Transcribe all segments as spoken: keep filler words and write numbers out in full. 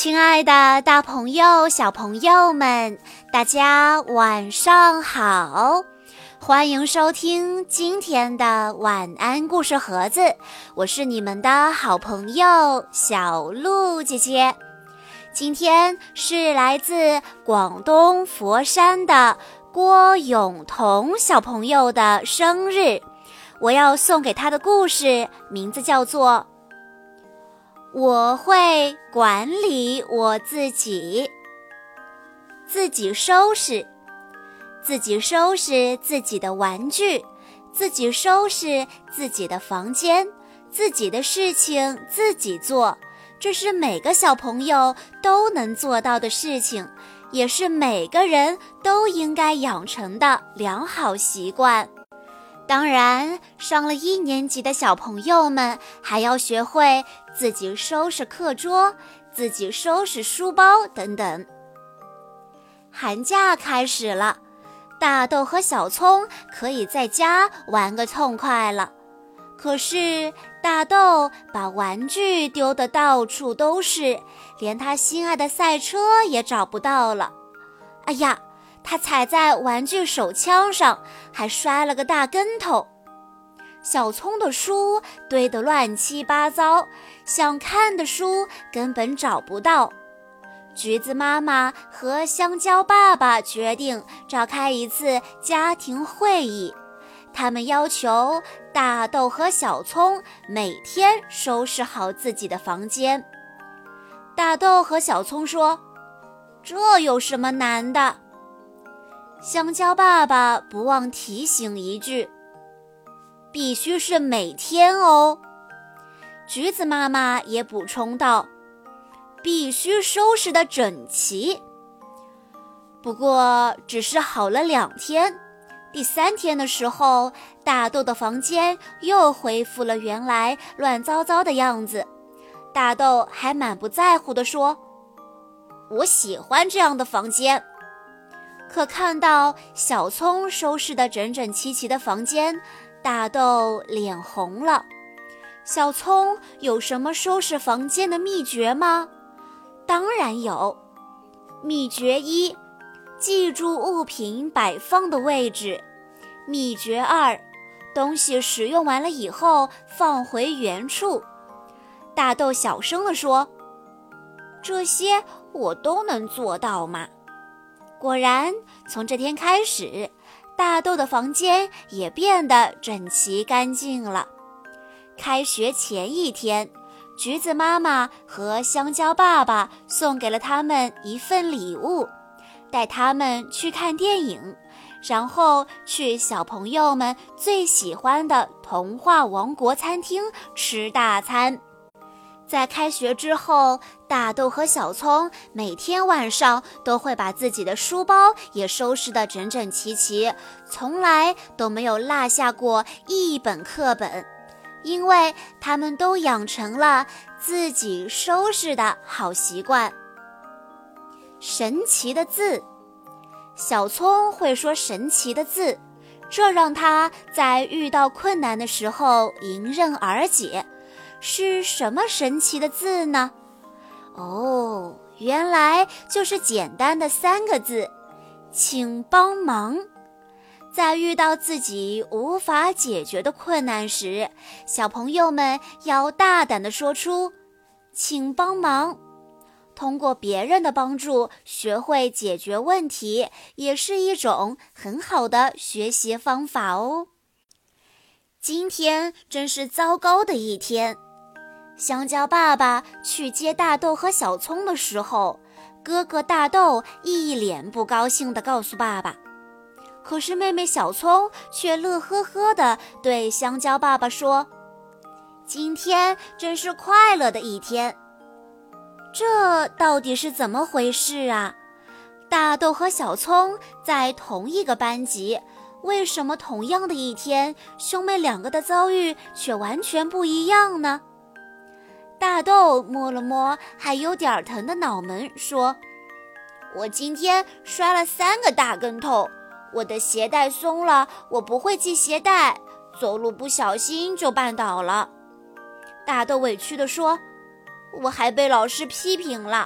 亲爱的大朋友、小朋友们，大家晚上好！欢迎收听今天的晚安故事盒子，我是你们的好朋友小鹿姐姐。今天是来自广东佛山的郭永彤小朋友的生日，我要送给他的故事名字叫做我会管理我自己。自己收拾自己收拾自己的玩具，自己收拾自己的房间，自己的事情自己做，这是每个小朋友都能做到的事情，也是每个人都应该养成的良好习惯。当然，上了一年级的小朋友们还要学会自己收拾课桌，自己收拾书包等等。寒假开始了，大豆和小葱可以在家玩个痛快了。可是大豆把玩具丢得到处都是，连他心爱的赛车也找不到了。哎呀，他踩在玩具手枪上，还摔了个大跟头。小葱的书堆得乱七八糟，想看的书根本找不到。橘子妈妈和香蕉爸爸决定召开一次家庭会议，他们要求大豆和小葱每天收拾好自己的房间。大豆和小葱说：“这有什么难的？”香蕉爸爸不忘提醒一句：“必须是每天哦。”橘子妈妈也补充道：“必须收拾得整齐。”不过只是好了两天，第三天的时候，大豆的房间又恢复了原来乱糟糟的样子。大豆还满不在乎地说：“我喜欢这样的房间。”可看到小葱收拾得整整齐齐的房间，大豆脸红了。小葱有什么收拾房间的秘诀吗？当然有。秘诀一，记住物品摆放的位置。秘诀二，东西使用完了以后放回原处。大豆小声地说：“这些我都能做到嘛。”果然，从这天开始，大豆的房间也变得整齐干净了。开学前一天，橘子妈妈和香蕉爸爸送给了他们一份礼物，带他们去看电影，然后去小朋友们最喜欢的童话王国餐厅吃大餐。在开学之后，大豆和小葱每天晚上都会把自己的书包也收拾得整整齐齐，从来都没有落下过一本课本，因为他们都养成了自己收拾的好习惯。神奇的字，小葱会说神奇的字，这让他在遇到困难的时候迎刃而解。是什么神奇的字呢？哦，原来就是简单的三个字：请帮忙。在遇到自己无法解决的困难时，小朋友们要大胆地说出请帮忙。通过别人的帮助学会解决问题，也是一种很好的学习方法哦。今天真是糟糕的一天。香蕉爸爸去接大豆和小葱的时候，哥哥大豆一脸不高兴地告诉爸爸，可是妹妹小葱却乐呵呵地对香蕉爸爸说：“今天真是快乐的一天。”这到底是怎么回事啊？大豆和小葱在同一个班级，为什么同样的一天，兄妹两个的遭遇却完全不一样呢？大豆摸了摸还有点疼的脑门，说：“我今天摔了三个大跟头，我的鞋带松了，我不会系鞋带，走路不小心就绊倒了。”大豆委屈地说：“我还被老师批评了，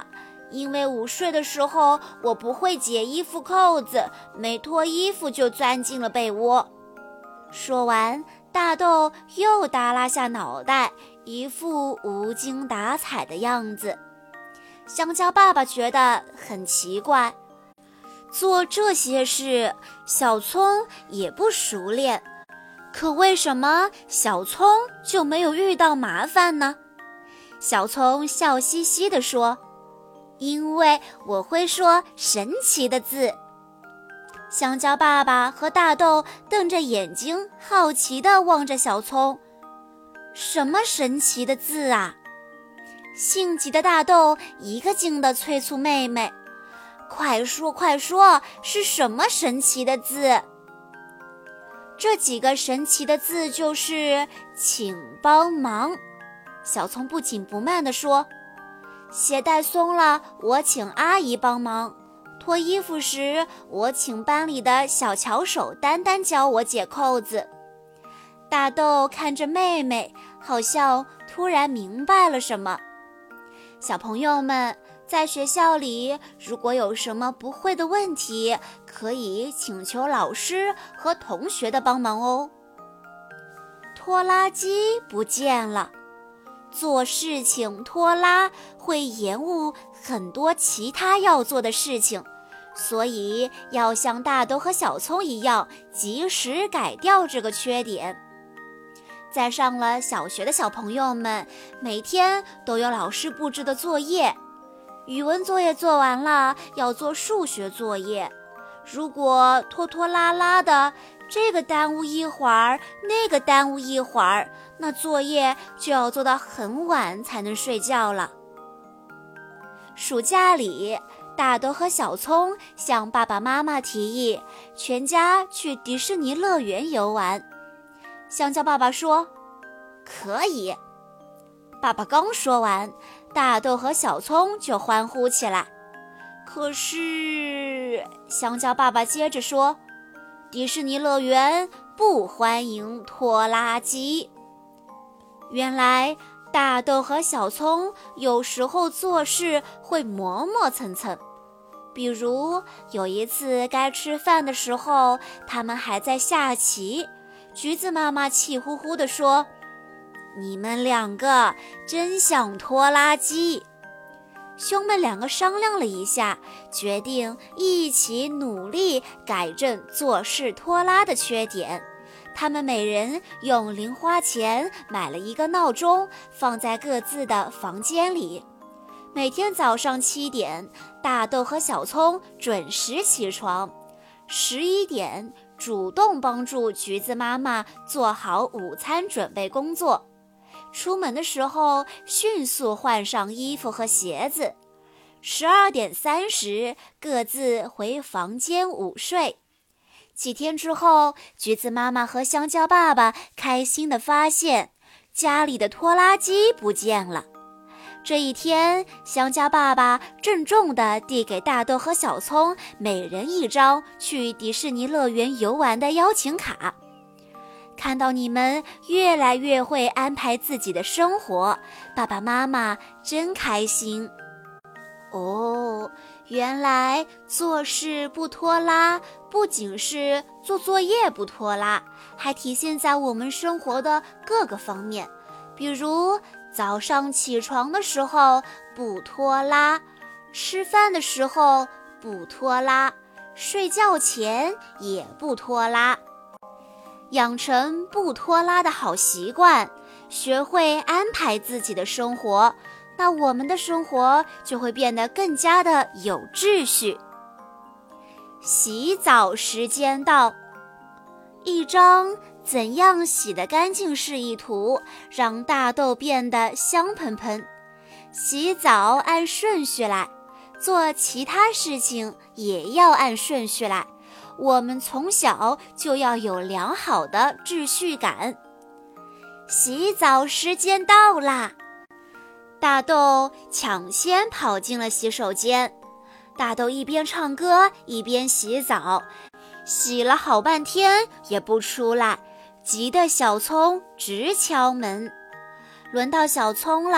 因为午睡的时候我不会解衣服扣子，没脱衣服就钻进了被窝。说完，大豆又耷拉下脑袋，一副无精打采的样子。香蕉爸爸觉得很奇怪，做这些事小葱也不熟练，可为什么小葱就没有遇到麻烦呢？小葱笑嘻嘻地说，因为我会说神奇的字。香蕉爸爸和大豆瞪着眼睛，好奇地望着小葱。什么神奇的字啊？性急的大豆一个劲地催促妹妹，快说快说，是什么神奇的字？这几个神奇的字就是请帮忙。小葱不紧不慢地说，鞋带松了，我请阿姨帮忙；脱衣服时，我请班里的小巧手丹丹教我解扣子。大豆看着妹妹，好像突然明白了什么。小朋友们，在学校里，如果有什么不会的问题，可以请求老师和同学的帮忙哦。拖拉机不见了。做事情拖拉会延误很多其他要做的事情，所以要像大豆和小葱一样，及时改掉这个缺点。在上了小学的小朋友们，每天都有老师布置的作业，语文作业做完了，要做数学作业。如果拖拖拉拉的，这个耽误一会儿，那个耽误一会儿，那作业就要做到很晚才能睡觉了。暑假里，大豆和小葱向爸爸妈妈提议，全家去迪士尼乐园游玩。香蕉爸爸说，可以。爸爸刚说完，大豆和小葱就欢呼起来。可是，香蕉爸爸接着说，迪士尼乐园不欢迎拖拉机。原来大豆和小葱有时候做事会磨磨蹭蹭，比如有一次该吃饭的时候，他们还在下棋，橘子妈妈气呼呼地说，你们两个真像拖拉机。兄妹两个商量了一下，决定一起努力改正做事拖拉的缺点。他们每人用零花钱买了一个闹钟，放在各自的房间里。每天早上七点，大豆和小葱准时起床，十一点主动帮助橘子妈妈做好午餐准备工作。出门的时候迅速换上衣服和鞋子，十二点三十各自回房间午睡。几天之后，橘子妈妈和香蕉爸爸开心地发现家里的拖拉机不见了。这一天，香蕉爸爸郑重地递给大豆和小葱每人一张去迪士尼乐园游玩的邀请卡。看到你们越来越会安排自己的生活，爸爸妈妈真开心。哦，原来做事不拖拉，不仅是做作业不拖拉，还体现在我们生活的各个方面。比如早上起床的时候不拖拉，吃饭的时候不拖拉，睡觉前也不拖拉。养成不拖拉的好习惯，学会安排自己的生活，那我们的生活就会变得更加的有秩序。洗澡时间到，一张怎样洗得干净示意图，让大豆变得香喷喷。洗澡按顺序来，做其他事情也要按顺序来。我们从小就要有良好的秩序感。洗澡时间到啦！大豆抢先跑进了洗手间。大豆一边唱歌一边洗澡，洗了好半天也不出来，急得小葱直敲门。轮到小葱了，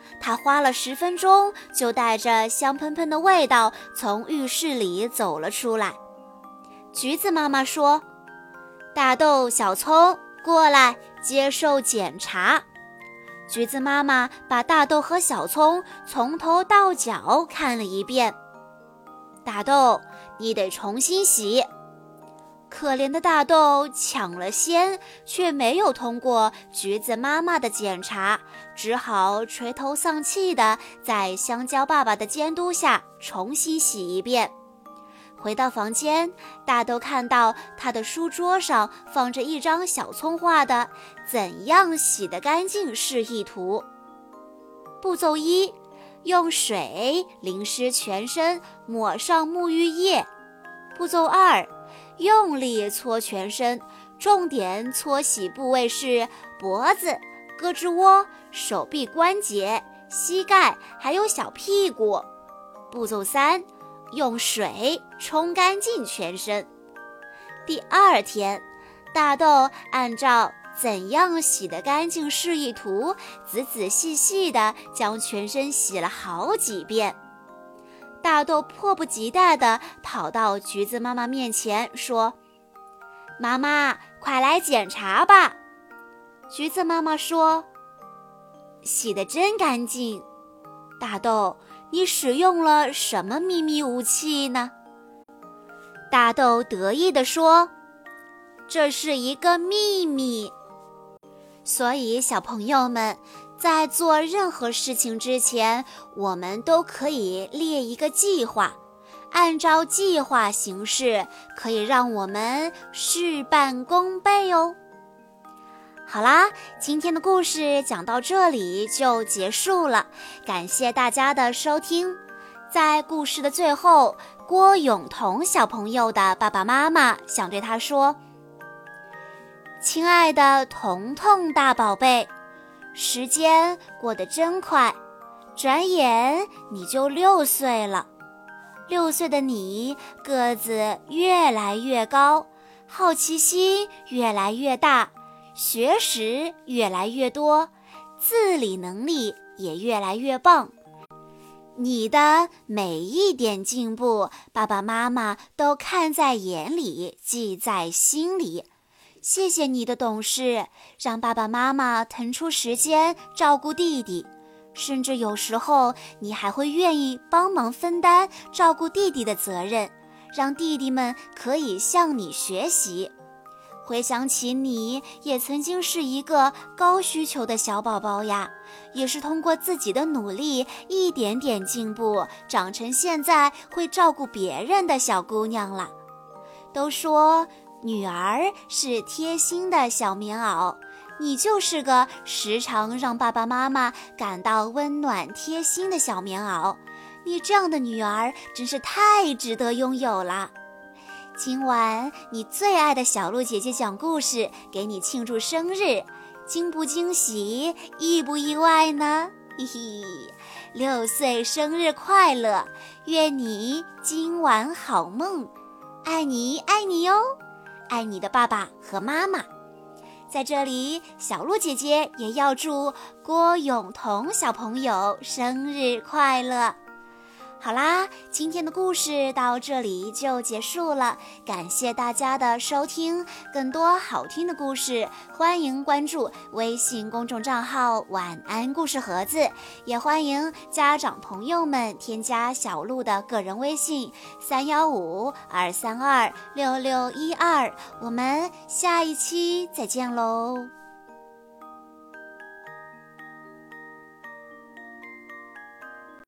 他花了十分钟，就带着香喷喷的味道从浴室里走了出来。橘子妈妈说：“大豆、小葱，过来接受检查。”橘子妈妈把大豆和小葱从头到脚看了一遍。大豆，你得重新洗。可怜的大豆抢了先，却没有通过橘子妈妈的检查，只好垂头丧气地在香蕉爸爸的监督下重新洗一遍。回到房间，大豆看到他的书桌上放着一张小葱画的怎样洗得干净示意图。步骤一，用水淋湿全身，抹上沐浴液。步骤二，用力搓全身，重点搓洗部位是脖子、胳肢窝、手臂关节、膝盖还有小屁股。步骤三，用水冲干净全身。第二天，大豆按照怎样洗得干净示意图，仔仔细细地将全身洗了好几遍。大豆迫不及待地跑到橘子妈妈面前说：“妈妈，快来检查吧。”橘子妈妈说：“洗得真干净。大豆，你使用了什么秘密武器呢？”大豆得意地说：“这是一个秘密。”所以小朋友们，在做任何事情之前，我们都可以列一个计划，按照计划行事，可以让我们事半功倍哦。好啦，今天的故事讲到这里就结束了，感谢大家的收听。在故事的最后，郭永彤小朋友的爸爸妈妈想对他说：“亲爱的彤彤大宝贝，时间过得真快，转眼你就六岁了。六岁的你个子越来越高，好奇心越来越大，学识越来越多，自理能力也越来越棒。你的每一点进步，爸爸妈妈都看在眼里，记在心里。谢谢你的懂事，让爸爸妈妈腾出时间照顾弟弟，甚至有时候你还会愿意帮忙分担照顾弟弟的责任，让弟弟们可以向你学习。回想起你也曾经是一个高需求的小宝宝呀，也是通过自己的努力一点点进步，长成现在会照顾别人的小姑娘了。都说女儿是贴心的小棉袄，你就是个时常让爸爸妈妈感到温暖贴心的小棉袄。你这样的女儿真是太值得拥有了。今晚你最爱的小鹿姐姐讲故事，给你庆祝生日，惊不惊喜，意不意外呢？嘿嘿，六岁生日快乐，愿你今晚好梦，爱你爱你哟，爱你的爸爸和妈妈。在这里，小鹿姐姐也要祝郭永彤小朋友生日快乐。好啦，今天的故事到这里就结束了，感谢大家的收听。更多好听的故事，欢迎关注微信公众账号晚安故事盒子，也欢迎家长朋友们添加小鹿的个人微信三幺五二三二六六一二，我们下一期再见喽。